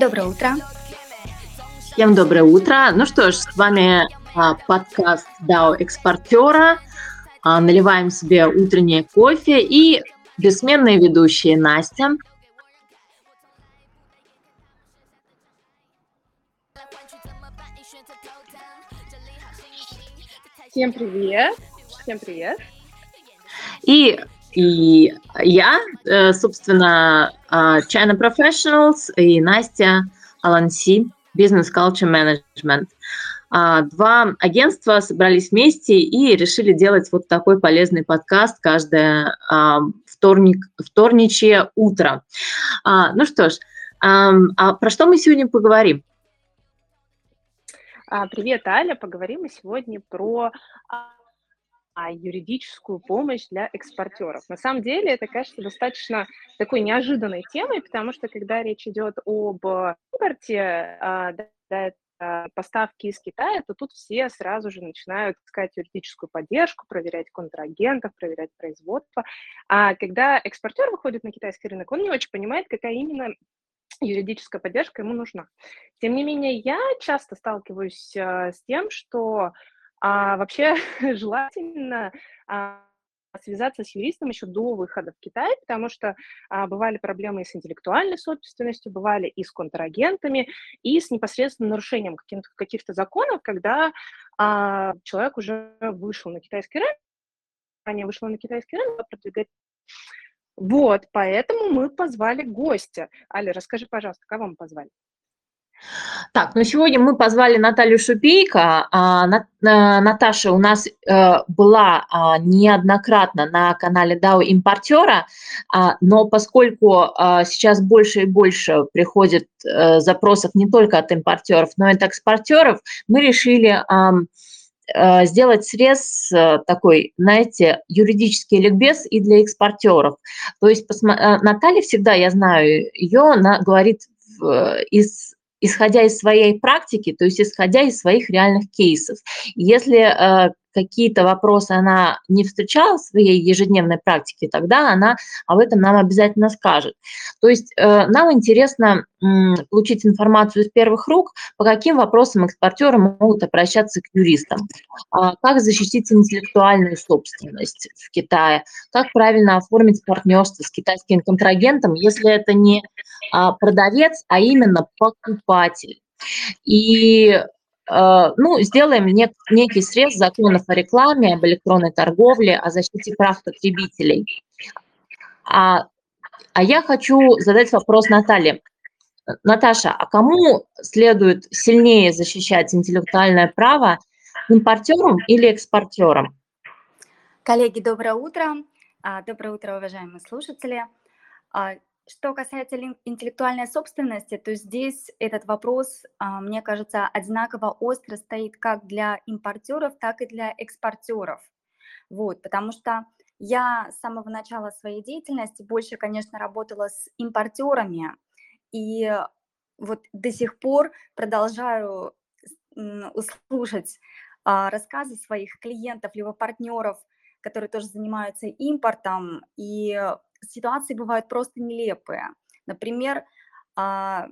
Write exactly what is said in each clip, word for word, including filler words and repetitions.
Доброе утро. Всем доброе утро. Ну что ж, с вами а, подкаст дао-экспортера. А, наливаем себе утреннее кофе и бессменные ведущие Настя. Всем привет. Всем привет. И, и я, э, собственно, а, China Professionals и Настя Аланси, Business Culture Management. А, Два агентства собрались вместе и решили делать вот такой полезный подкаст каждое а, вторник, вторничье утро. А, Ну что ж, а а про что мы сегодня поговорим? А, Привет, Аля. Поговорим мы сегодня про а, а, юридическую помощь для экспортеров. На самом деле это, кажется, достаточно такой неожиданной темой, потому что когда речь идет об импорте, а, да, да, это поставки из Китая, то тут все сразу же начинают искать юридическую поддержку, проверять контрагентов, проверять производство. А когда экспортер выходит на китайский рынок, он не очень понимает, какая именно юридическая поддержка ему нужна. Тем не менее, я часто сталкиваюсь а, с тем, что а, вообще желательно а, связаться с юристом еще до выхода в Китай, потому что а, бывали проблемы и с интеллектуальной собственностью, бывали и с контрагентами, и с непосредственным нарушением каких-то, каких-то законов, когда а, человек уже вышел на китайский рынок, ранее вышла на китайский рынок, продвигать. Вот, поэтому мы позвали гостя. Аля, расскажи, пожалуйста, кого мы позвали? Так, ну сегодня мы позвали Наталью Шупейко. А, Нат- э, Наташа у нас э, была а, неоднократно на канале дао Импортера, а, но поскольку а, сейчас больше и больше приходит э, запросов не только от импортеров, но и от экспортеров, мы решили ам, э, сделать срез э, такой, знаете, юридический ликбез и для экспортеров. То есть посма- э, Наталья всегда, я знаю ее, она говорит в- из исходя из своей практики, то есть исходя из своих реальных кейсов. Если э, какие-то вопросы она не встречала в своей ежедневной практике, тогда она об этом нам обязательно скажет. То есть э, нам интересно м, получить информацию из первых рук, по каким вопросам экспортеры могут обращаться к юристам, а, как защитить интеллектуальную собственность в Китае, как правильно оформить партнерство с китайским контрагентом, если это не а, продавец, а именно покупатель. И э, ну, сделаем нек- некий срез законов о рекламе, об электронной торговле, о защите прав потребителей. А, а я хочу задать вопрос Наталье. Наташа, а кому следует сильнее защищать интеллектуальное право, импортерам или экспортерам? Коллеги, доброе утро. А, Доброе утро, уважаемые слушатели. А, Что касается лин- интеллектуальной собственности, то здесь этот вопрос, а, мне кажется, одинаково остро стоит как для импортеров, так и для экспортеров. Вот, потому что я с самого начала своей деятельности больше, конечно, работала с импортерами, и вот до сих пор продолжаю с- м, услышать а, рассказы своих клиентов либо партнеров, которые тоже занимаются импортом, и ситуации бывают просто нелепые. Например, а,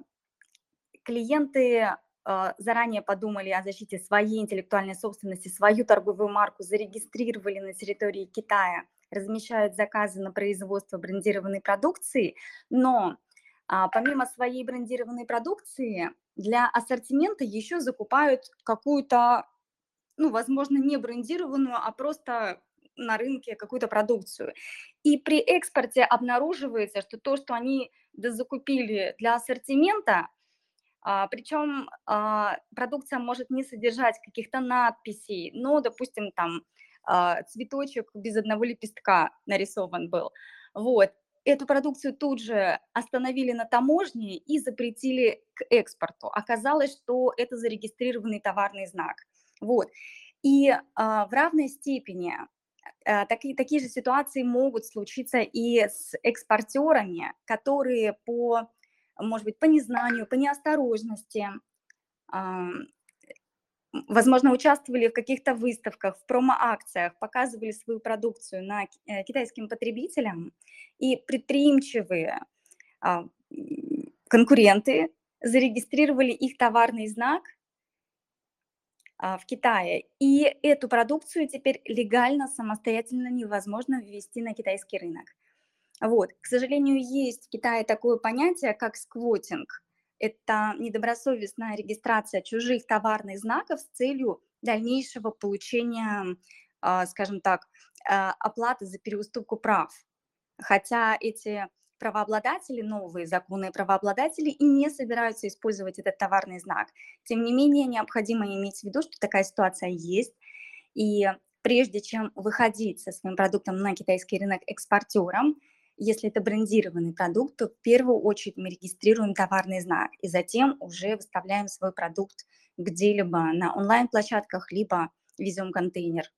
клиенты а, заранее подумали о защите своей интеллектуальной собственности, свою торговую марку зарегистрировали на территории Китая, размещают заказы на производство брендированной продукции, но а, помимо своей брендированной продукции для ассортимента еще закупают какую-то, ну, возможно, не брендированную, а просто на рынке какую-то продукцию. И при экспорте обнаруживается, что то, что они дозакупили для ассортимента, а, причем а, продукция может не содержать каких-то надписей, но, допустим, там а, цветочек без одного лепестка нарисован был. Вот. Эту продукцию тут же остановили на таможне и запретили к экспорту. Оказалось, что это зарегистрированный товарный знак. Вот. И а, в равной степени а, такие, такие же ситуации могут случиться и с экспортерами, которые по, может быть, по незнанию, по неосторожности, ам, возможно, участвовали в каких-то выставках, в промо-акциях, показывали свою продукцию на ки- э, китайским потребителям, и предприимчивые а, м, конкуренты зарегистрировали их товарный знак а, в Китае. И эту продукцию теперь легально, самостоятельно невозможно ввести на китайский рынок. Вот. К сожалению, есть в Китае такое понятие, как сквотинг. Это недобросовестная регистрация чужих товарных знаков с целью дальнейшего получения, а, скажем так, а, оплаты за переуступку прав. Хотя эти правообладатели, новые законные правообладатели, и не собираются использовать этот товарный знак. Тем не менее, необходимо иметь в виду, что такая ситуация есть. И прежде чем выходить со своим продуктом на китайский рынок экспортером, если это брендированный продукт, то в первую очередь мы регистрируем товарный знак и затем уже выставляем свой продукт где-либо на онлайн-площадках, либо везем контейнер.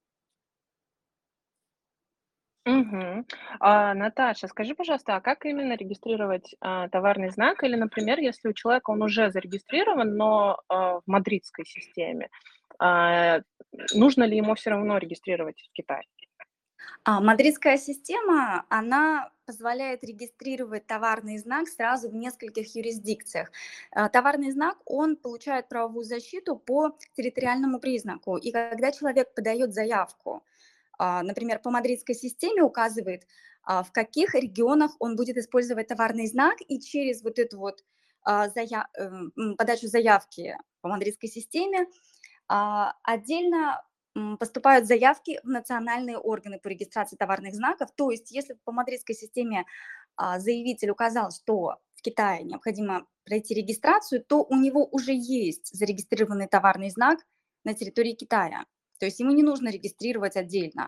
Мгм. А, Наташа, скажи, пожалуйста, а как именно регистрировать а, товарный знак? Или, например, если у человека он уже зарегистрирован, но а, в мадридской системе, а, нужно ли ему все равно регистрировать в Китае? А, мадридская система, она позволяет регистрировать товарный знак сразу в нескольких юрисдикциях. А, Товарный знак, он получает правовую защиту по территориальному признаку. И когда человек подает заявку, а, например, по мадридской системе указывает, а, в каких регионах он будет использовать товарный знак, и через вот эту вот а, зая- э, м, подачу заявки по мадридской системе а, отдельно м, поступают заявки в национальные органы по регистрации товарных знаков. То есть, если по мадридской системе а, заявитель указал, что в Китае необходимо пройти регистрацию, то у него уже есть зарегистрированный товарный знак на территории Китая. То есть ему не нужно регистрировать отдельно.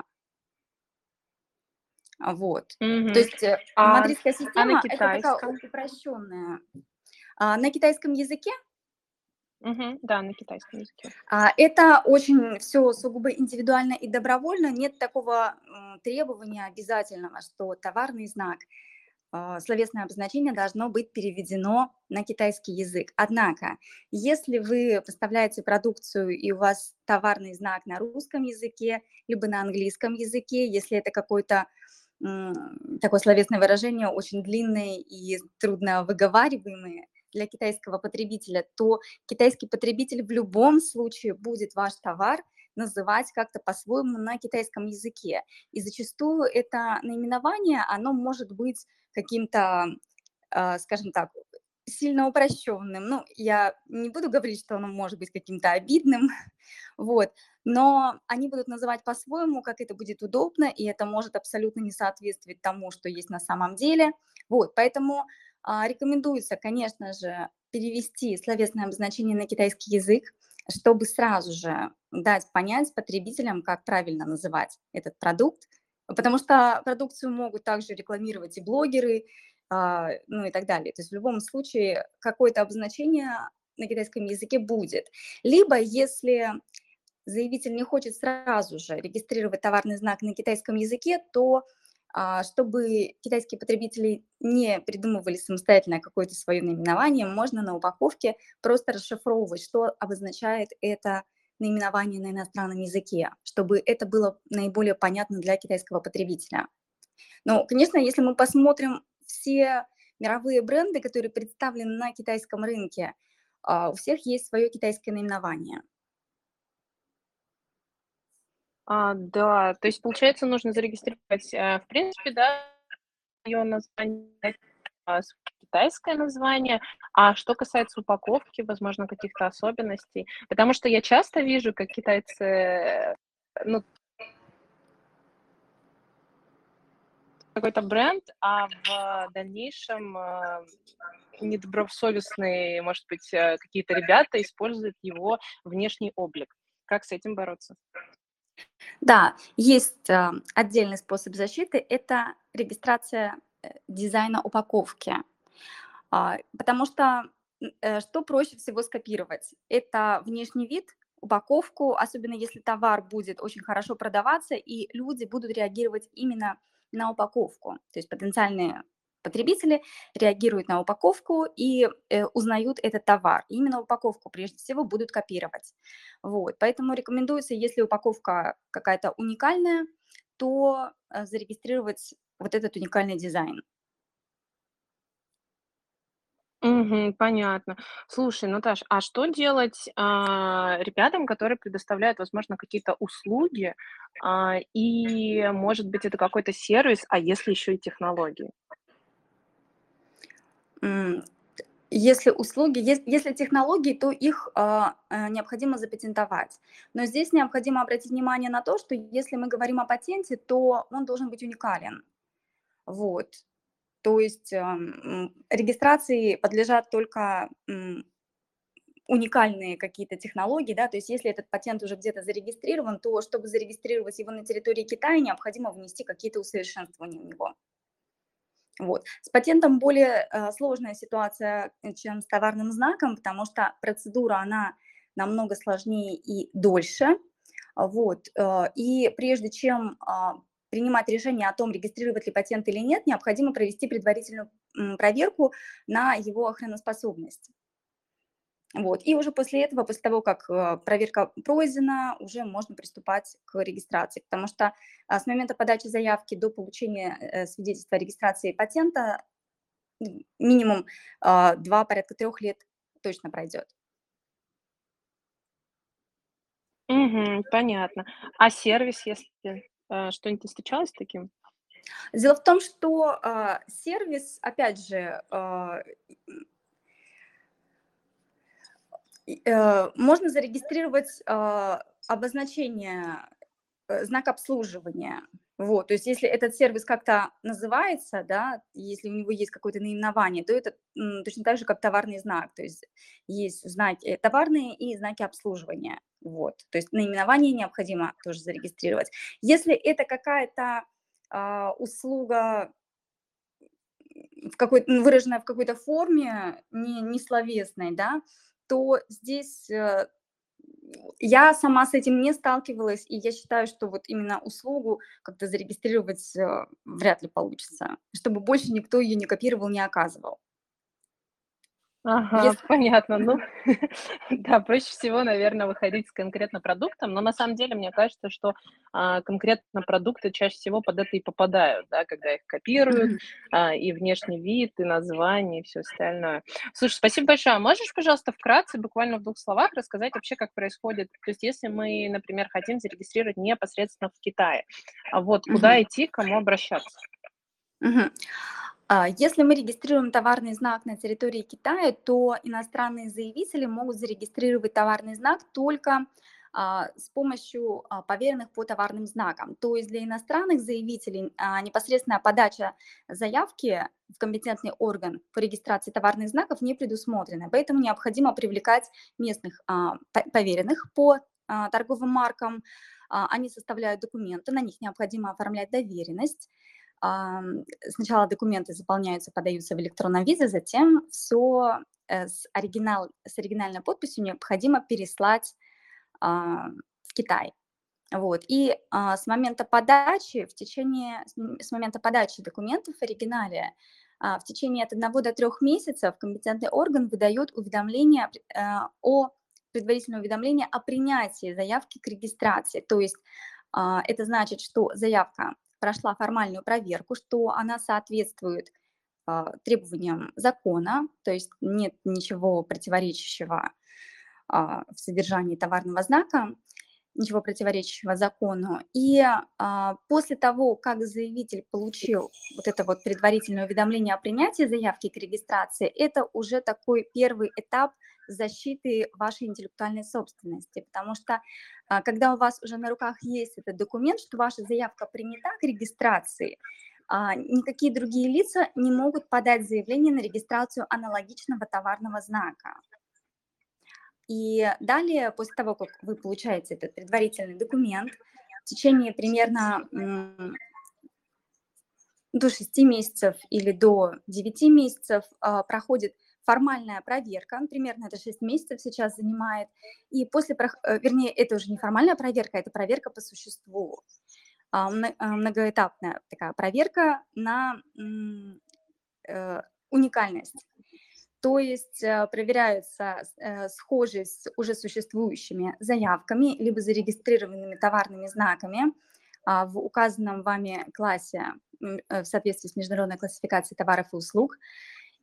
А, Вот. То Мгм. есть э, А, мадридская а на система– это такая китайском? упрощенная. А, На китайском языке Мгм. Да, на китайском языке. А, Это очень все сугубо индивидуально и добровольно. Нет такого м, требования обязательного, что товарный знак, а, словесное обозначение должно быть переведено на китайский язык. Однако, если вы поставляете продукцию и у вас товарный знак на русском языке, либо на английском языке, если это какой-то м, такое словесное выражение очень длинное и трудно выговариваемое для китайского потребителя, то китайский потребитель в любом случае будет ваш товар называть как-то по-своему на китайском языке. И зачастую это наименование, оно может быть каким-то, а, скажем так, сильно упрощенным. Ну, я не буду говорить, что оно может быть каким-то обидным, вот, но они будут называть по-своему, как это будет удобно, и это может абсолютно не соответствовать тому, что есть на самом деле. Вот, поэтому а, рекомендуется, конечно же, перевести словесное обозначение на китайский язык, чтобы сразу же дать понять потребителям, как правильно называть этот продукт, потому что продукцию могут также рекламировать и блогеры, а, ну и так далее. То есть в любом случае какое-то обозначение на китайском языке будет. Либо если заявитель не хочет сразу же регистрировать товарный знак на китайском языке, то а, чтобы китайские потребители не придумывали самостоятельно какое-то свое наименование, можно на упаковке просто расшифровывать, что обозначает это наименование на иностранном языке, чтобы это было наиболее понятно для китайского потребителя. Но, конечно, если мы посмотрим все мировые бренды, которые представлены на китайском рынке, а, у всех есть свое китайское наименование. А, да, то есть, получается, нужно зарегистрировать, э, в принципе, да, ее название, а, с китайское название. А что касается упаковки, возможно, каких-то особенностей, потому что я часто вижу, как китайцы, э, ну, какой-то бренд, а в дальнейшем, э, недобросовестные, может быть, э, какие-то ребята используют его внешний облик. Как с этим бороться? Да, есть а, отдельный способ защиты– это регистрация э, дизайна упаковки. А, Потому что м, э, что проще всего скопировать? Это внешний вид, упаковку, особенно если товар будет очень хорошо продаваться, и люди будут реагировать именно на упаковку. То есть потенциальные потребители реагируют на упаковку и э, узнают этот товар. И именно упаковку прежде всего будут копировать. Вот. Поэтому рекомендуется, если упаковка какая-то уникальная, то э, зарегистрировать вот этот уникальный дизайн. Мгм. Понятно. Слушай, Наташ, а что делать, а, ребятам, которые предоставляют, возможно, какие-то услуги, а, и, может быть, это какой-то сервис, а если еще и технологии? М, Если услуги, ес- если технологии, то их а, а, необходимо запатентовать. Но здесь необходимо обратить внимание на то, что если мы говорим о патенте, то он должен быть уникален. Вот. То есть ам, м, регистрации подлежат только м, уникальные какие-то технологии, да, то есть если этот патент уже где-то зарегистрирован, то чтобы зарегистрировать его на территории Китая, необходимо внести какие-то усовершенствования в него. Вот. С патентом более э, сложная ситуация, э, чем с товарным знаком, потому что процедура, она намного сложнее и дольше. А, Вот. э, И прежде чем а, принимать решение о том, регистрировать ли патент или нет, необходимо провести предварительную м, проверку на его охраноспособность. Вот. И уже после этого, после того, как э, проверка пройдена, уже можно приступать к регистрации, потому что а, с момента подачи заявки до получения э, свидетельства о регистрации патента м, минимум а, два, порядка трех лет точно пройдет. Мгм. Понятно. А сервис, если, э, что-нибудь ты встречалась с таким? Дело в том, что а, сервис, опять же, а, и, э, можно зарегистрировать а, обозначение, э, знак обслуживания. Вот, то есть если этот сервис как-то называется, да, если у него есть какое-то наименование, то это м, точно так же, как товарный знак. То есть есть знаки товарные и знаки обслуживания. Вот, то есть наименование необходимо тоже зарегистрировать. Если это какая-то а, услуга в какой ну, выраженная в какой-то форме, не не словесной, да, то здесь, э, я сама с этим не сталкивалась, и я считаю, что вот именно услугу как-то зарегистрировать, э, вряд ли получится, чтобы больше никто ее не копировал, не оказывал. Ага, Если понятно. Ну Мгм. да, проще всего, наверное, выходить с конкретно продуктом, но на самом деле мне кажется, что, а, конкретно продукты чаще всего под это и попадают, да, когда их копируют, Мгм. а, и внешний вид, и название, и всё остальное. Слушай, спасибо большое. А можешь, пожалуйста, вкратце, буквально в двух словах рассказать вообще, как происходит? То есть если мы, например, хотим зарегистрировать непосредственно в Китае, а вот Мгм. куда идти, к кому обращаться? Мгм. А, Если мы регистрируем товарный знак на территории Китая, то иностранные заявители могут зарегистрировать товарный знак только а, с помощью а, поверенных по товарным знакам. То есть для иностранных заявителей а, непосредственная подача заявки в компетентный орган по регистрации товарных знаков не предусмотрена. Поэтому необходимо привлекать местных а, по- поверенных по а, торговым маркам. А, Они составляют документы, на них необходимо оформлять доверенность. Ам, Сначала документы заполняются, подаются в электронном виде, затем все с, оригинал, с оригинальной подписью необходимо переслать а, в Китай. Вот. И а, с момента подачи, в течение, с м- с момента подачи документов в оригинале, а, в течение от одного до трех месяцев компетентный орган выдает уведомление при- а, о предварительное уведомление о принятии заявки к регистрации. То есть а, это значит, что заявка прошла формальную проверку, что она соответствует а, требованиям закона, то есть нет ничего противоречащего а, в содержании товарного знака, ничего противоречащего закону. И а, после того, как заявитель получил вот это вот предварительное уведомление о принятии заявки к регистрации, это уже такой первый этап защиты вашей интеллектуальной собственности, потому что а, когда у вас уже на руках есть этот документ, что ваша заявка принята к регистрации, а, никакие другие лица не могут подать заявление на регистрацию аналогичного товарного знака. И далее, после того, как вы получаете этот предварительный документ, в течение примерно м, до шести месяцев или до девяти месяцев а, проходит формальная проверка, ну, примерно это шесть месяцев сейчас занимает, и после, прох- э, вернее, это уже не формальная проверка, это проверка по существу, а, мно- а, многоэтапная такая проверка на м, э, уникальность. То есть э, проверяется с- э, схожесть с уже существующими заявками, либо зарегистрированными товарными знаками а, в указанном вами классе м, э, в соответствии с международной классификацией товаров и услуг.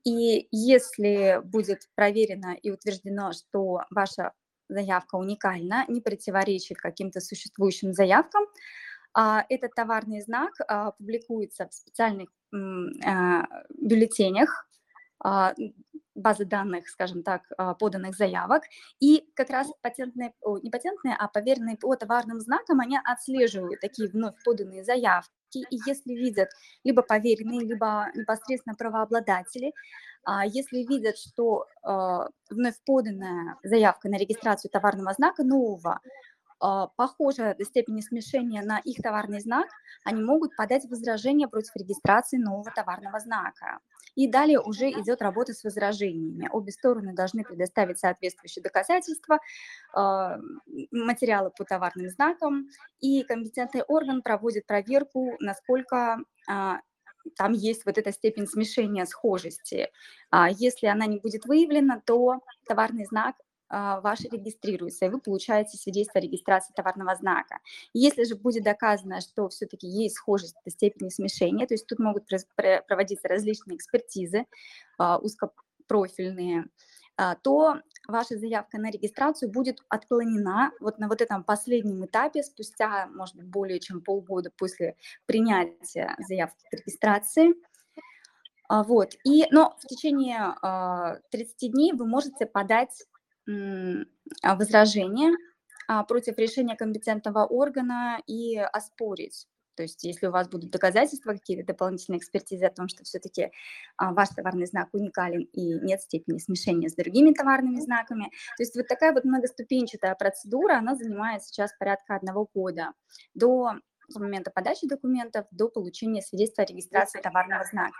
И если будет проверено и утверждено, что ваша заявка уникальна, не противоречит каким-то существующим заявкам, а, этот товарный знак а, публикуется в специальных м, а, бюллетенях, а, м, базы данных, скажем так, а, поданных заявок. И как раз патентные, о, не патентные, а поверенные по товарным знакам, они отслеживают такие вновь поданные заявки. И если видят либо поверенные, либо непосредственно правообладатели, а, если видят, что а, вновь поданная заявка на регистрацию товарного знака нового а, похожа до степени смешения на их товарный знак, они могут подать возражение против регистрации нового товарного знака. И далее уже идет работа с возражениями. Обе стороны должны предоставить соответствующие доказательства, а, материалы по товарным знакам, и компетентный орган проводит проверку, насколько а, там есть вот эта степень смешения, схожести. А Если она не будет выявлена, то товарный знак а, ваш регистрируется, и вы получаете свидетельство о регистрации товарного знака. Если же будет доказано, что все-таки есть схожесть до степени смешения, то есть тут могут прос- пр- проводиться различные экспертизы, а, узкопрофильные, а, то ваша заявка на регистрацию будет отклонена вот на вот этом последнем этапе, спустя, может быть, более чем полгода после принятия заявки к регистрации. А, Вот. И, но в течение а, тридцати дней вы можете подать м, а, возражение а, против решения компетентного органа и оспорить. То есть если у вас будут доказательства, какие-то дополнительные экспертизы о том, что все-таки ваш товарный знак уникален и нет степени смешения с другими товарными знаками. То есть вот такая вот многоступенчатая процедура, она занимает сейчас порядка одного года до с момента подачи документов до получения свидетельства о регистрации товарного знака.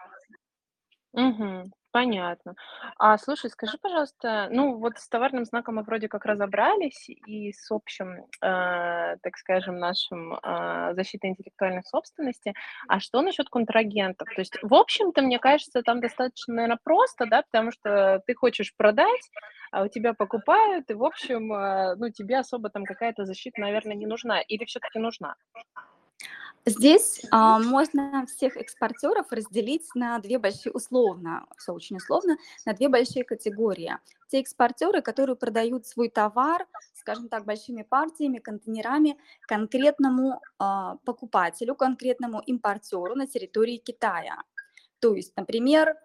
Мгм. Понятно. А слушай, скажи, пожалуйста, ну вот с товарным знаком мы вроде как разобрались и с общим, э, так скажем, нашим э, защитой интеллектуальной собственности. А что насчет контрагентов? То есть, в общем-то, мне кажется, там достаточно, наверное, просто, да, потому что ты хочешь продать, а у тебя покупают, и, в общем, э, ну, тебе особо там какая-то защита, наверное, не нужна. Или все-таки нужна? Здесь а, можно всех экспортеров разделить на две большие, условно, все очень условно, на две большие категории. Те экспортеры, которые продают свой товар, скажем так, большими партиями, контейнерами конкретному а, покупателю, конкретному импортеру на территории Китая. То есть, например,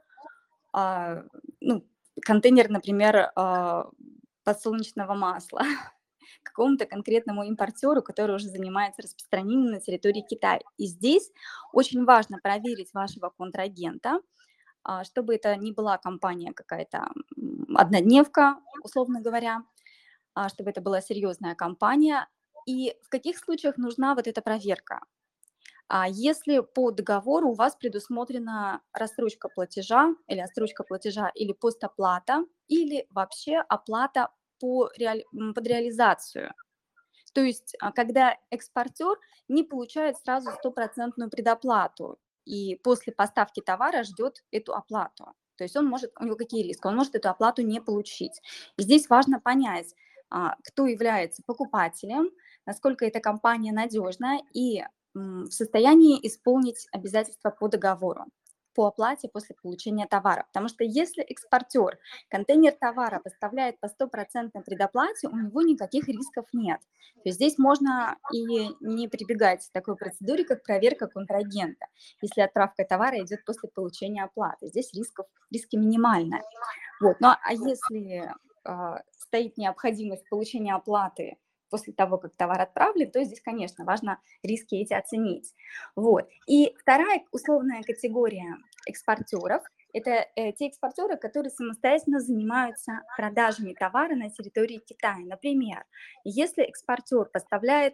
а, ну, контейнер, например, а, подсолнечного масла какому-то конкретному импортеру, который уже занимается распространением на территории Китая. И здесь очень важно проверить вашего контрагента, а, чтобы это не была компания какая-то м, однодневка, условно говоря, а, чтобы это была серьезная компания. И в каких случаях нужна вот эта проверка? А Если по договору у вас предусмотрена рассрочка платежа или отсрочка платежа или постоплата, или вообще оплата по реали- м, под реализацию. То есть, а, когда экспортер не получает сразу стопроцентную предоплату и после поставки товара ждет эту оплату. То есть он может, у него какие риски? Он может эту оплату не получить. И здесь важно понять, а, кто является покупателем, насколько эта компания надежна и м, в состоянии исполнить обязательства по договору по оплате после получения товара. Потому что если экспортер контейнер товара поставляет по стопроцентной предоплате, у него никаких рисков нет. То есть здесь можно и не прибегать к такой процедуре, как проверка контрагента, если отправка товара идет после получения оплаты. Здесь рисков, риски минимальны. Вот. Ну а если э, стоит необходимость получения оплаты после того, как товар отправлен, то здесь, конечно, важно риски эти оценить. Вот. И вторая условная категория экспортеров – это э, те экспортеры, которые самостоятельно занимаются продажами товара на территории Китая. Например, если экспортер поставляет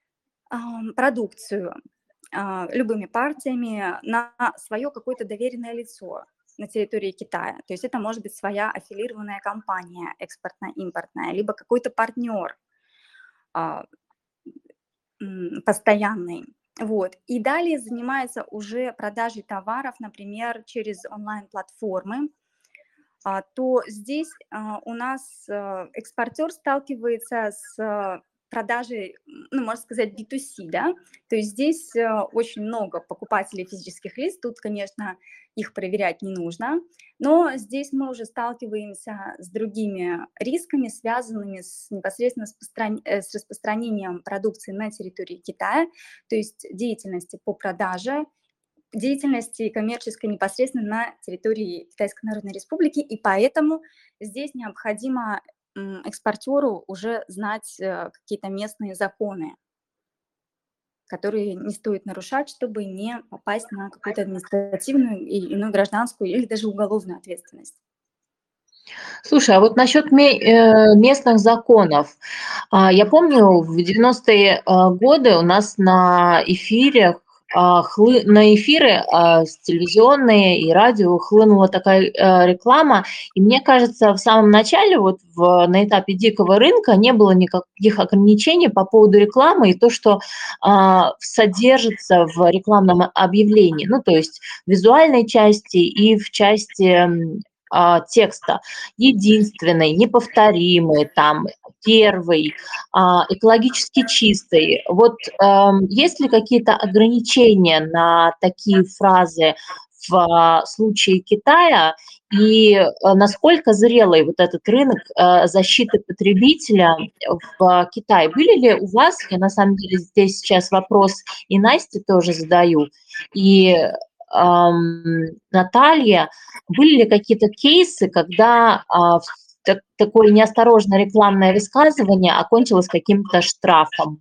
ам, продукцию а, любыми партиями на свое какое-то доверенное лицо на территории Китая, то есть это может быть своя аффилированная компания экспортно-импортная, либо какой-то партнер а, м, постоянный. Вот. И далее занимается уже продажей товаров, например, через онлайн-платформы, а, то здесь а, у нас а, экспортер сталкивается с а, продажи, ну, можно сказать, би ту си, да, то есть здесь э, очень много покупателей физических лиц, тут, конечно, их проверять не нужно, но здесь мы уже сталкиваемся с другими рисками, связанными с непосредственно с, постран- э, с распространением продукции на территории Китая, то есть деятельности по продаже, деятельности коммерческой непосредственно на территории Китайской Народной Республики, и поэтому здесь необходимо м, экспортеру уже знать э, какие-то местные законы, которые не стоит нарушать, чтобы не попасть на какую-то административную и иную гражданскую или даже уголовную ответственность. Слушай, а вот насчет ме- э, местных законов. А, Я помню, в девяностые а, годы у нас на эфире, а, хлы- на эфиры а, с телевизионные и радио хлынула такая э, реклама, и мне кажется, в самом начале, вот в- на этапе дикого рынка, не было никаких ограничений по поводу рекламы и то, что а, содержится в рекламном объявлении, ну, то есть в визуальной части и в части м, а, текста. Единственный, неповторимый, там, первый, а, экологически чистый. Вот, эм, есть ли какие-то ограничения на такие фразы в а, случае Китая? И, э, насколько зрелый вот этот рынок, э, защиты потребителя в Китае? Были ли у вас, я на самом деле здесь сейчас вопрос и Насте тоже задаю, и, ам, Наталье, были ли какие-то кейсы, когда а, в- так- такое неосторожное рекламное высказывание окончилось каким-то штрафом?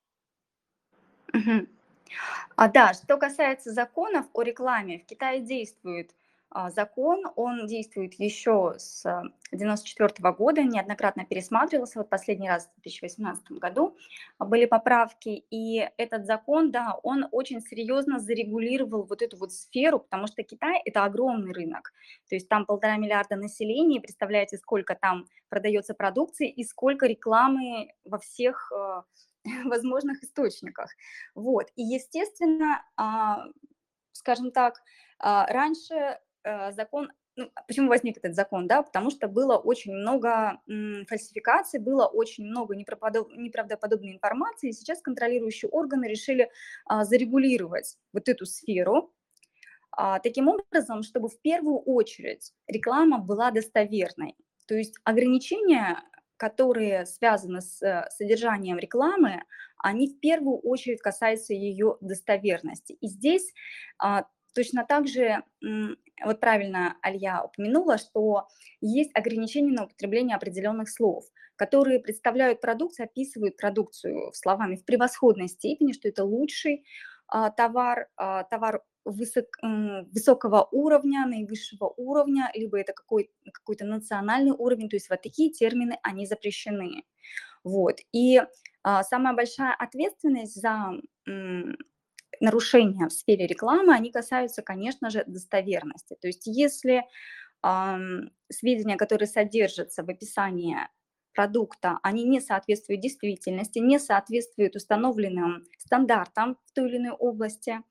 Мгм. А, да, что касается законов о рекламе, в Китае действует а, закон, он действует еще с а, девяносто четвёртого года, неоднократно пересматривался, вот последний раз в две тысячи восемнадцатом году а, были поправки, и этот закон, да, он очень серьезно зарегулировал вот эту вот сферу, потому что Китай – это огромный рынок, то есть там полтора миллиарда населения, представляете, сколько там продается продукции и сколько рекламы во всех э, возможных источниках. Вот. И, естественно, а, скажем так, а, раньше э, закон, ну, а почему возник этот закон, да, потому что было очень много м, фальсификаций, было очень много неправдоподоб- неправдоподобной информации, и сейчас контролирующие органы решили а, зарегулировать вот эту сферу, а, таким образом, чтобы в первую очередь реклама была достоверной. То есть ограничения, которые связаны с э, содержанием рекламы, они в первую очередь касаются ее достоверности. И здесь а, точно так же, м, вот правильно Алья упомянула, что есть ограничения на употребление определенных слов, которые представляют продукцию, описывают продукцию словами в превосходной степени, что это лучший а, товар, а, товар высок, м, высокого уровня, наивысшего уровня, либо это какой, какой-то национальный уровень, то есть вот такие термины, они запрещены. Вот. И а, самая большая ответственность за м, нарушения в сфере рекламы, они касаются, конечно же, достоверности. То есть если ам, сведения, которые содержатся в описании продукта, они не соответствуют действительности, не соответствуют установленным стандартам в той или иной области,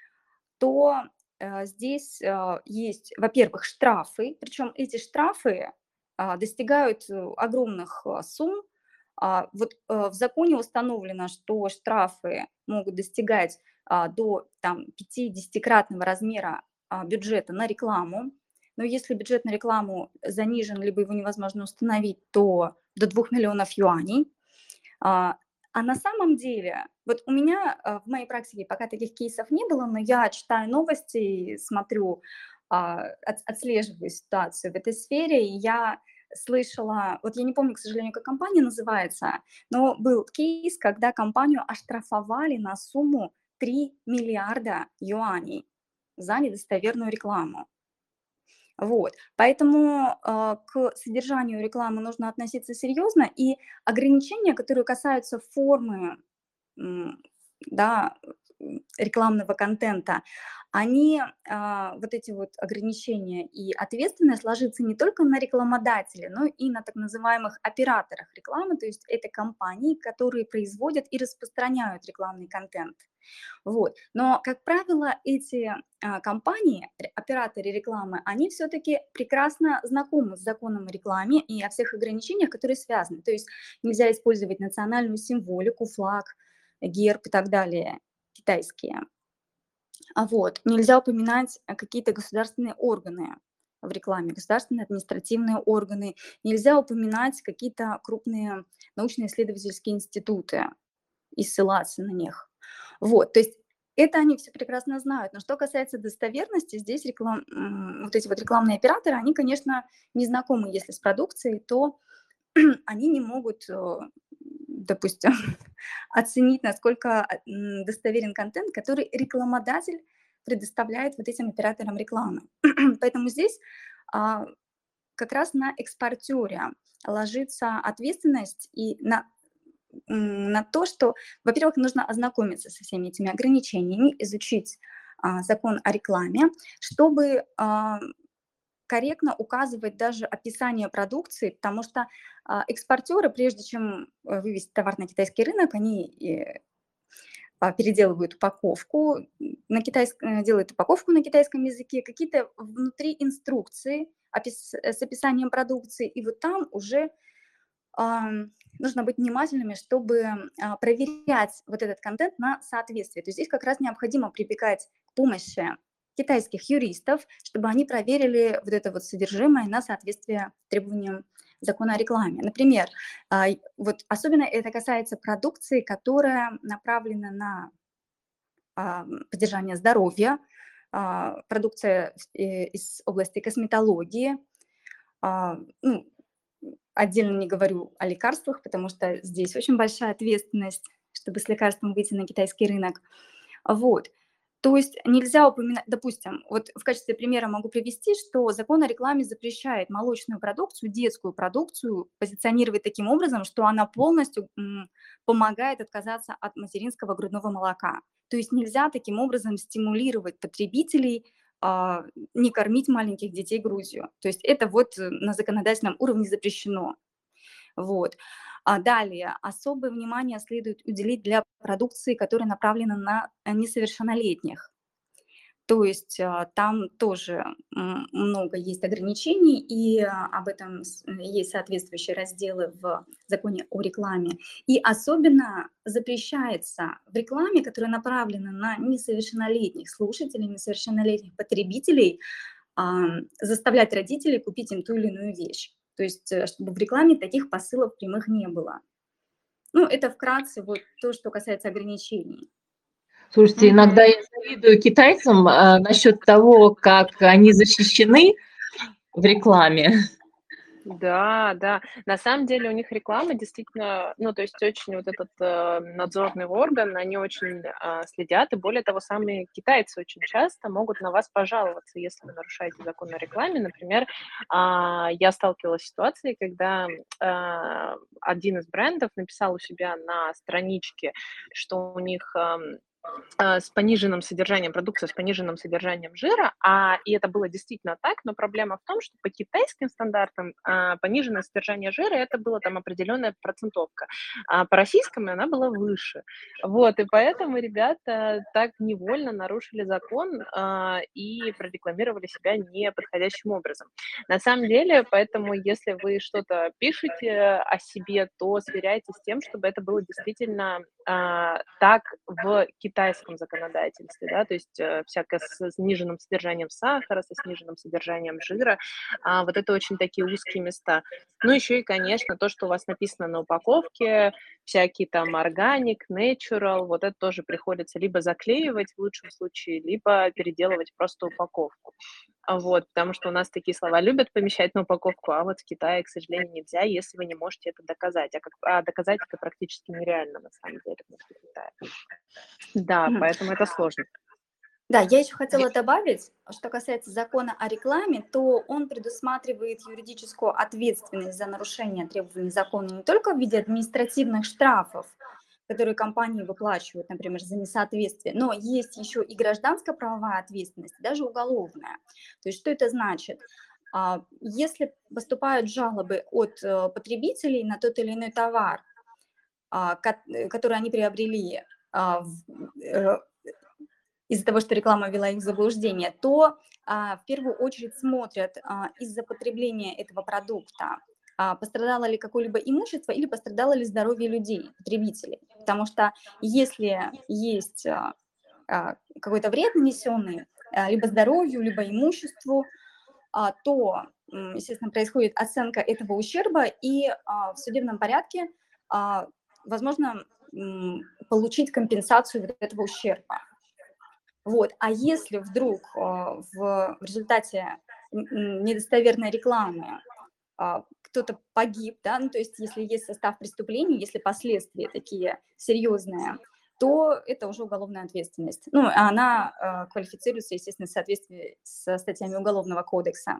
то э, здесь э, есть, во-первых, штрафы, причем эти штрафы а, достигают э, огромных а, сумм. А, Вот э, в законе установлено, что штрафы могут достигать а, до там, пятидесятикратного размера а, бюджета на рекламу. Но если бюджет на рекламу занижен, либо его невозможно установить, то до двух миллионов юаней. А, а на самом деле, вот у меня а, в моей практике пока таких кейсов не было, но я читаю новости, и смотрю, а, от- отслеживаю ситуацию в этой сфере, и я слышала, вот я не помню, к сожалению, как компания называется, но был кейс, когда компанию оштрафовали на сумму три миллиарда юаней за недостоверную рекламу. Вот. Поэтому а, к содержанию рекламы нужно относиться серьезно, и ограничения, которые касаются формы, м, да, рекламного контента, они, а, вот эти вот ограничения и ответственность ложится не только на рекламодателя, но и на так называемых операторах рекламы, то есть это компании, которые производят и распространяют рекламный контент. Вот. Но, как правило, эти а, компании, ре- операторы рекламы, они все-таки прекрасно знакомы с законом о рекламе и о всех ограничениях, которые связаны. То есть нельзя использовать национальную символику, флаг, герб и так далее, китайские. А вот. Нельзя упоминать а, какие-то государственные органы в рекламе, государственные административные органы. Нельзя упоминать какие-то крупные научно-исследовательские институты и ссылаться на них. Вот, то есть это они все прекрасно знают. Но что касается достоверности, здесь реклам, м, вот эти вот рекламные операторы, они, конечно, не знакомы, если с продукцией, то они не могут, э, допустим, оценить, насколько а, м, достоверен контент, который рекламодатель предоставляет вот этим операторам рекламы. Поэтому здесь а, как раз на экспортере ложится ответственность и на м, на то, что, во-первых, нужно ознакомиться со всеми этими ограничениями, изучить а, закон о рекламе, чтобы а, корректно указывать даже описание продукции, потому что а, экспортеры, прежде чем э, вывести товар на китайский рынок, они э, а, переделывают упаковку, м, на китайск- э, делают упаковку на китайском языке, какие-то внутри инструкции опис- э, с описанием продукции, и вот там уже ам, нужно быть внимательными, чтобы а, проверять вот этот контент на соответствие. То есть здесь как раз необходимо прибегать к помощи китайских юристов, чтобы они проверили вот это вот содержимое на соответствие требованиям закона о рекламе. Например, а, и вот особенно это касается продукции, которая направлена на а, поддержание здоровья, а, продукция э, из области косметологии, а, ну, отдельно не говорю о лекарствах, потому что здесь очень большая ответственность, чтобы с лекарством выйти на китайский рынок. Вот. То есть нельзя упоминать, допустим, вот в качестве примера могу привести, что закон о рекламе запрещает молочную продукцию, детскую продукцию позиционировать таким образом, что она полностью м, помогает отказаться от материнского грудного молока. То есть нельзя таким образом стимулировать потребителей а, не кормить маленьких детей грудью. То есть это вот э, на законодательном уровне запрещено. Вот. А далее, особое внимание следует уделить для продукции, которая направлена на э, несовершеннолетних. То есть а, там тоже м, много есть ограничений, и а, об этом с- э, есть соответствующие разделы в законе о рекламе. И особенно запрещается в рекламе, которая направлена на несовершеннолетних слушателей, несовершеннолетних потребителей, ам, заставлять родителей купить им ту или иную вещь. То есть э, чтобы в рекламе таких посылов прямых не было. Ну, это вкратце вот то, что касается ограничений. Слушайте, иногда я завидую китайцам, а, насчет того, как они защищены в рекламе. Да, да. На самом деле у них реклама действительно, ну, то есть очень вот этот э, надзорный орган, они очень а, следят, и более того, самые китайцы очень часто могут на вас пожаловаться, если вы нарушаете закон о рекламе. Например, а, я сталкивалась с ситуацией, когда а, один из брендов написал у себя на страничке, что у них ам, а, с пониженным содержанием, продукция с пониженным содержанием жира, а, и это было действительно так, но проблема в том, что по китайским стандартам а, пониженное содержание жира это была там определенная процентовка, а по российским она была выше. Вот, и поэтому ребята так невольно нарушили закон а, и прорекламировали себя неподходящим образом. На самом деле, поэтому если вы что-то пишете о себе, то сверяйтесь с тем, чтобы это было действительно а, так в китайском законодательстве, да, то есть э, всякое с сниженным содержанием сахара, со сниженным содержанием жира, а, вот это очень такие узкие места. Ну, еще и, конечно, то, что у вас написано на упаковке, всякие там органик, natural, вот это тоже приходится либо заклеивать в лучшем случае, либо переделывать просто упаковку. А, вот, потому что у нас такие слова любят помещать на упаковку, а вот в Китае, к сожалению, нельзя, если вы не можете это доказать. А, как, а доказать это практически нереально, на самом деле, внутри Китая. Да, Мгм. поэтому это сложно. Да, я еще хотела добавить, что касается закона о рекламе, то он предусматривает юридическую ответственность за нарушение требований закона не только в виде административных штрафов, которые компании выплачивают, например, за несоответствие. Но есть еще и гражданская правовая ответственность, даже уголовная. То есть что это значит? А, Если поступают жалобы от э, потребителей на тот или иной товар, а, ко- э, который они приобрели а, в- э, из-за того, что реклама ввела их в заблуждение, то а, в первую очередь смотрят а, из-за потребления этого продукта, а, пострадало ли какое-либо имущество или пострадало ли здоровье людей, потребителей. Потому что если есть а, а, какой-то вред нанесенный а, либо здоровью, либо имуществу, а, то, м, естественно, происходит оценка этого ущерба, и а, в судебном порядке а, возможно м, получить компенсацию вот этого ущерба. Вот. А если вдруг а, в, в результате н- н- недостоверной рекламы а, кто-то погиб, да, ну, то есть если есть состав преступления, если последствия такие серьезные, то это уже уголовная ответственность. Ну, а она а, квалифицируется, естественно, в соответствии со статьями Уголовного кодекса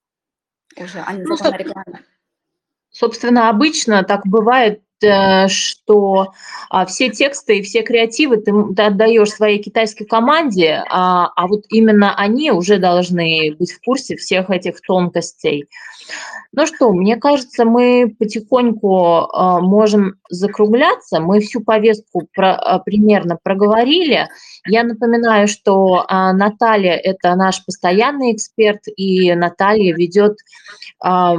уже, а не Ну, закон о соб рекламе. собственно, обычно так бывает, э, что, а, все тексты и все креативы ты, м, ты отдаёшь своей китайской команде, а, а вот именно они уже должны быть в курсе всех этих тонкостей. Ну что, мне кажется, мы потихоньку, а, можем закругляться. Мы всю повестку про а, примерно проговорили. Я напоминаю, что, а, Наталья — это наш постоянный эксперт, и Наталья ведёт, а,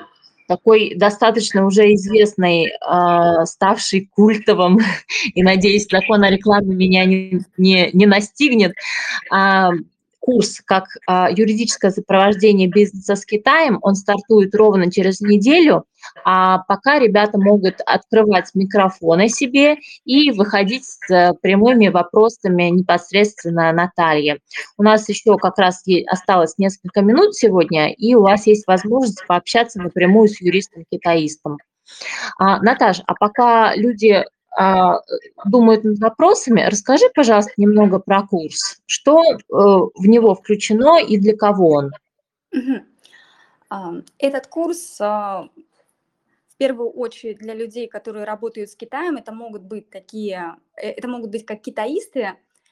такой достаточно уже известный, а, ставший культовым, и, надеюсь, закон о рекламе меня не не не настигнет, а, курс как, а, юридическое сопровождение бизнеса с Китаем. Он стартует ровно через неделю, а пока ребята могут открывать микрофоны себе и выходить с э, прямыми вопросами непосредственно Наталье. У нас еще как раз е осталось несколько минут сегодня, и у вас есть возможность пообщаться напрямую с юристом-китаистом. А, Наташ, а пока люди, а, думают над вопросами, расскажи, пожалуйста, немного про курс. Что, э, в него включено и для кого он? Мгм. А, Этот курс а, в первую очередь для людей, которые работают с Китаем, это могут быть такие, э, это могут быть как китаисты,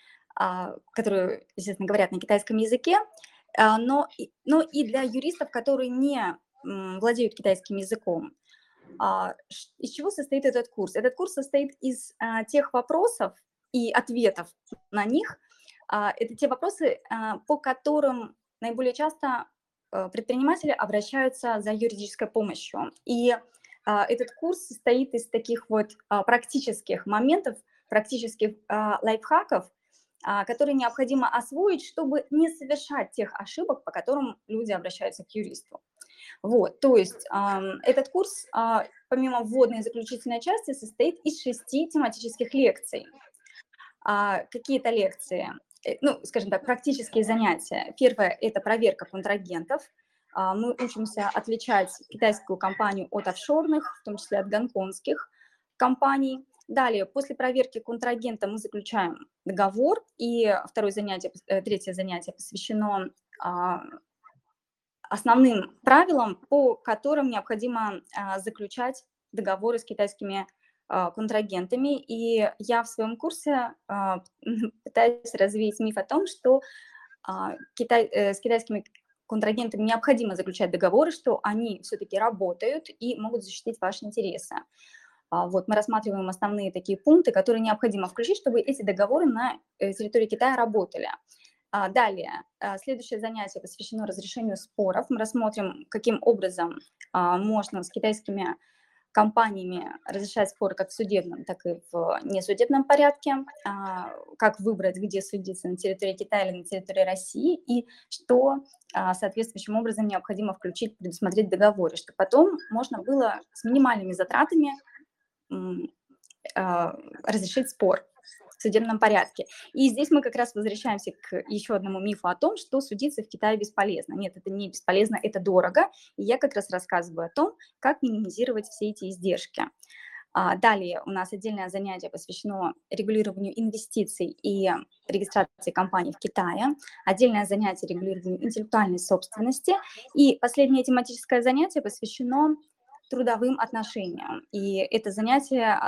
а, которые, естественно, говорят на китайском языке, а, но, и- но и для юристов, которые не м, владеют китайским языком. А, ш- Из чего состоит этот курс? Этот курс состоит из а, тех вопросов и ответов на них. А, Это те вопросы, а, по которым наиболее часто э, предприниматели обращаются за юридической помощью. И а, этот курс состоит из таких вот а, практических моментов, практических а, лайфхаков, а, которые необходимо освоить, чтобы не совершать тех ошибок, по которым люди обращаются к юристу. Вот, то есть ам, этот курс, а, помимо вводной и заключительной части, состоит из шести тематических лекций. А, Какие-то лекции, э, ну, скажем так, практические занятия. Первое – это проверка контрагентов. А, Мы учимся отличать китайскую компанию от офшорных, в том числе от гонконгских компаний. Далее, после проверки контрагента мы заключаем договор, и второе занятие, э, третье занятие посвящено а, основным правилам, по которым необходимо а, заключать договоры с китайскими а, контрагентами. И я в своем курсе а, пытаюсь развеять миф о том, что а, Китай, э, с китайскими контрагентами необходимо заключать договоры, что они все-таки работают и могут защитить ваши интересы. А, Вот мы рассматриваем основные такие пункты, которые необходимо включить, чтобы эти договоры на э, территории Китая работали. А, Далее, а, следующее занятие посвящено разрешению споров. Мы рассмотрим, каким образом а, можно с китайскими компаниями разрешать споры как в судебном, так и в несудебном порядке, а, как выбрать, где судиться, на территории Китая или на территории России, и что а, соответствующим образом необходимо включить, предусмотреть в договоре, чтобы потом можно было с минимальными затратами м, а, разрешить спор в судебном порядке. И здесь мы как раз возвращаемся к еще одному мифу о том, что судиться в Китае бесполезно. Нет, это не бесполезно, это дорого. И я как раз рассказываю о том, как минимизировать все эти издержки. А, Далее у нас отдельное занятие посвящено регулированию инвестиций и регистрации компаний в Китае, отдельное занятие регулированию интеллектуальной собственности, и последнее тематическое занятие посвящено трудовым отношениям. И это занятие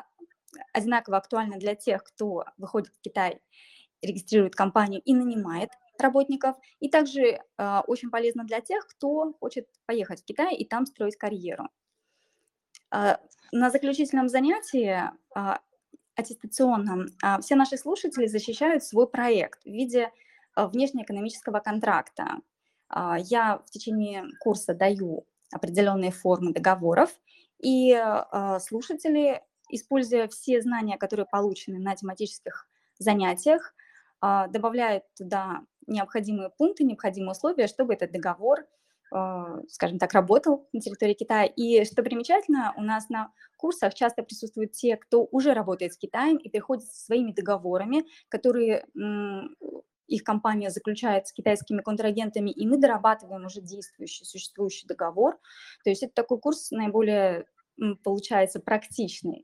одинаково актуально для тех, кто выходит в Китай, регистрирует компанию и нанимает работников, и также э, очень полезно для тех, кто хочет поехать в Китай и там строить карьеру. Э, на заключительном занятии э, аттестационном э, все наши слушатели защищают свой проект в виде э, внешнеэкономического контракта. Э, я в течение курса даю определенные формы договоров, и э, слушатели, используя все знания, которые получены на тематических занятиях, добавляет туда необходимые пункты, необходимые условия, чтобы этот договор, скажем так, работал на территории Китая. И что примечательно, у нас на курсах часто присутствуют те, кто уже работает с Китаем и приходит со своими договорами, которые их компания заключает с китайскими контрагентами, и мы дорабатываем уже действующий, существующий договор. То есть это такой курс наиболее, получается, практичный.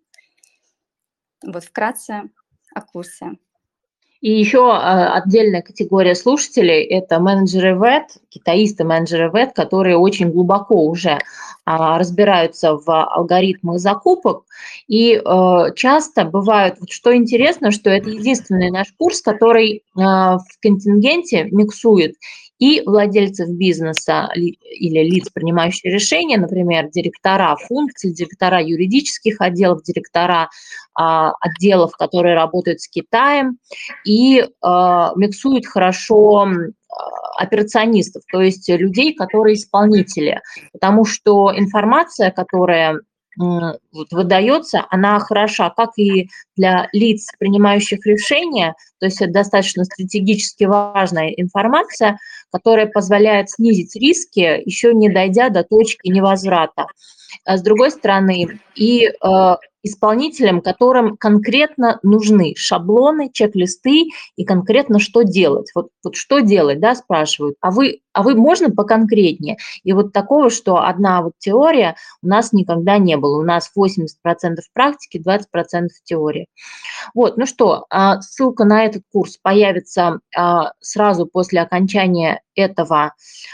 Вот вкратце о курсе. И еще отдельная категория слушателей – это менеджеры ВЭД, китаисты-менеджеры ВЭД, которые очень глубоко уже разбираются в алгоритмах закупок. И часто бывает, вот что интересно, что это единственный наш курс, который в контингенте миксует и владельцев бизнеса или лиц, принимающих решения, например, директора функций, директора юридических отделов, директора а, отделов, которые работают с Китаем, и а, миксует хорошо операционистов, то есть людей, которые исполнители, потому что информация, которая вот, выдается, она хороша как и для лиц, принимающих решения, то есть это достаточно стратегически важная информация, которая позволяет снизить риски, еще не дойдя до точки невозврата. А с другой стороны, и э, исполнителям, которым конкретно нужны шаблоны, чек-листы и конкретно что делать. Вот, вот что делать, да, спрашивают. А вы, а вы можно поконкретнее? И вот такого, что одна вот теория у нас никогда не было. У нас восемьдесят процентов практики, двадцать процентов теории. Вот, ну что, ссылка на этот курс появится сразу после окончания этого,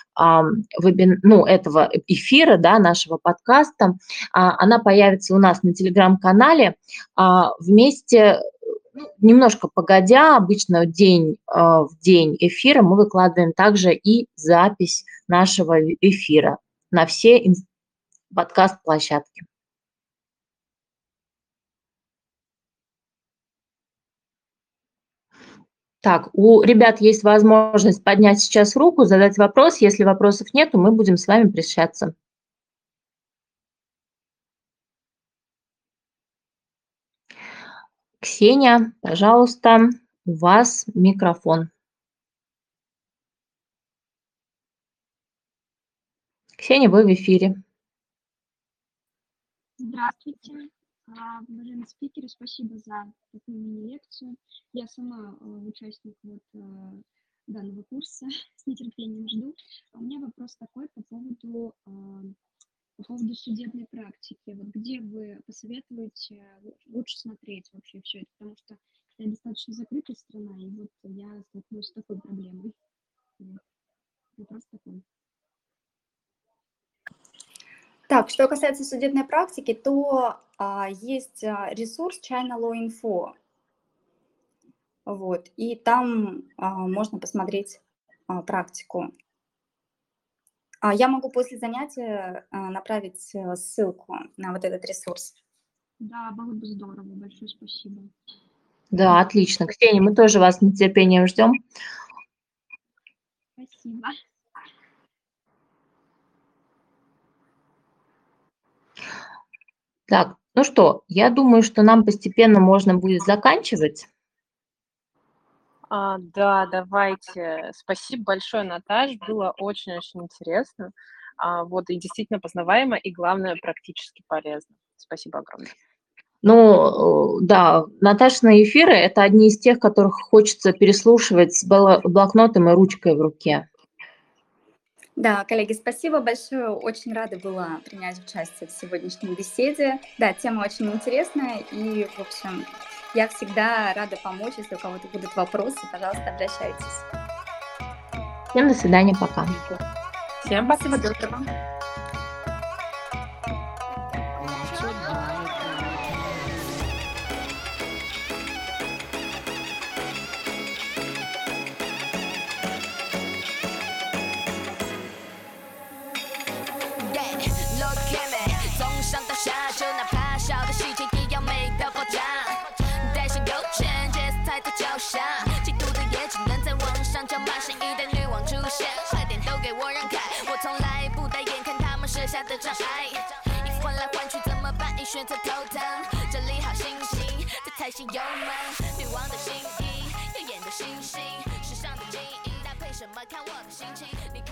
ну, этого эфира, да, нашего подкаста. Она появится у нас на телеграм-канале вместе, немножко погодя, обычно день в день эфира мы выкладываем также и запись нашего эфира на все подкаст-площадки. Так, у ребят есть возможность поднять сейчас руку, задать вопрос. Если вопросов нет, то мы будем с вами прощаться. Ксения, пожалуйста, у вас микрофон. Ксения, вы в эфире. Здравствуйте. Уважаемые спикеры, спасибо за такую мини-лекцию. Я сама участник вот данного курса, с нетерпением жду. У меня вопрос такой по поводу, по поводу судебной практики. Вот где вы посоветуете лучше смотреть вообще все это? Потому что это достаточно закрытая страна, и вот я столкнулась с такой проблемой. Вопрос такой. Так, что касается судебной практики, то а, есть ресурс China Law Info, вот, и там а, можно посмотреть а, практику. А, я могу после занятия а, направить ссылку на вот этот ресурс. Да, было бы здорово, большое спасибо. Да, отлично. Ксения, мы тоже вас с нетерпением ждем. Спасибо. Так, ну что, я думаю, что нам постепенно можно будет заканчивать. А, да, давайте. Спасибо большое, Наташ. Было очень-очень интересно. А, вот, и действительно познаваемо, и, главное, практически полезно. Спасибо огромное. Ну, да, Наташины эфиры – это одни из тех, которых хочется переслушивать с блокнотом и ручкой в руке. Да, коллеги, спасибо большое. Очень рада была принять участие в сегодняшней беседе. Да, тема очень интересная, и, в общем, я всегда рада помочь. Если у кого-то будут вопросы, пожалуйста, обращайтесь. Всем до свидания, пока. Всем пока. Всего доброго. 甜美，从上到下，就哪怕小的细节也要美到爆炸。带上邮圈，节奏踩在脚下，嫉妒的也只能在网上叫骂声。一旦女王出现，快点都给我让开，我从来不带眼看他们设下的障碍。衣服换来换去怎么办？一选择头疼，这里好心情，在踩熄油门。女王的心意，耀眼的星星，时尚的记忆，搭配什么看我的心情。你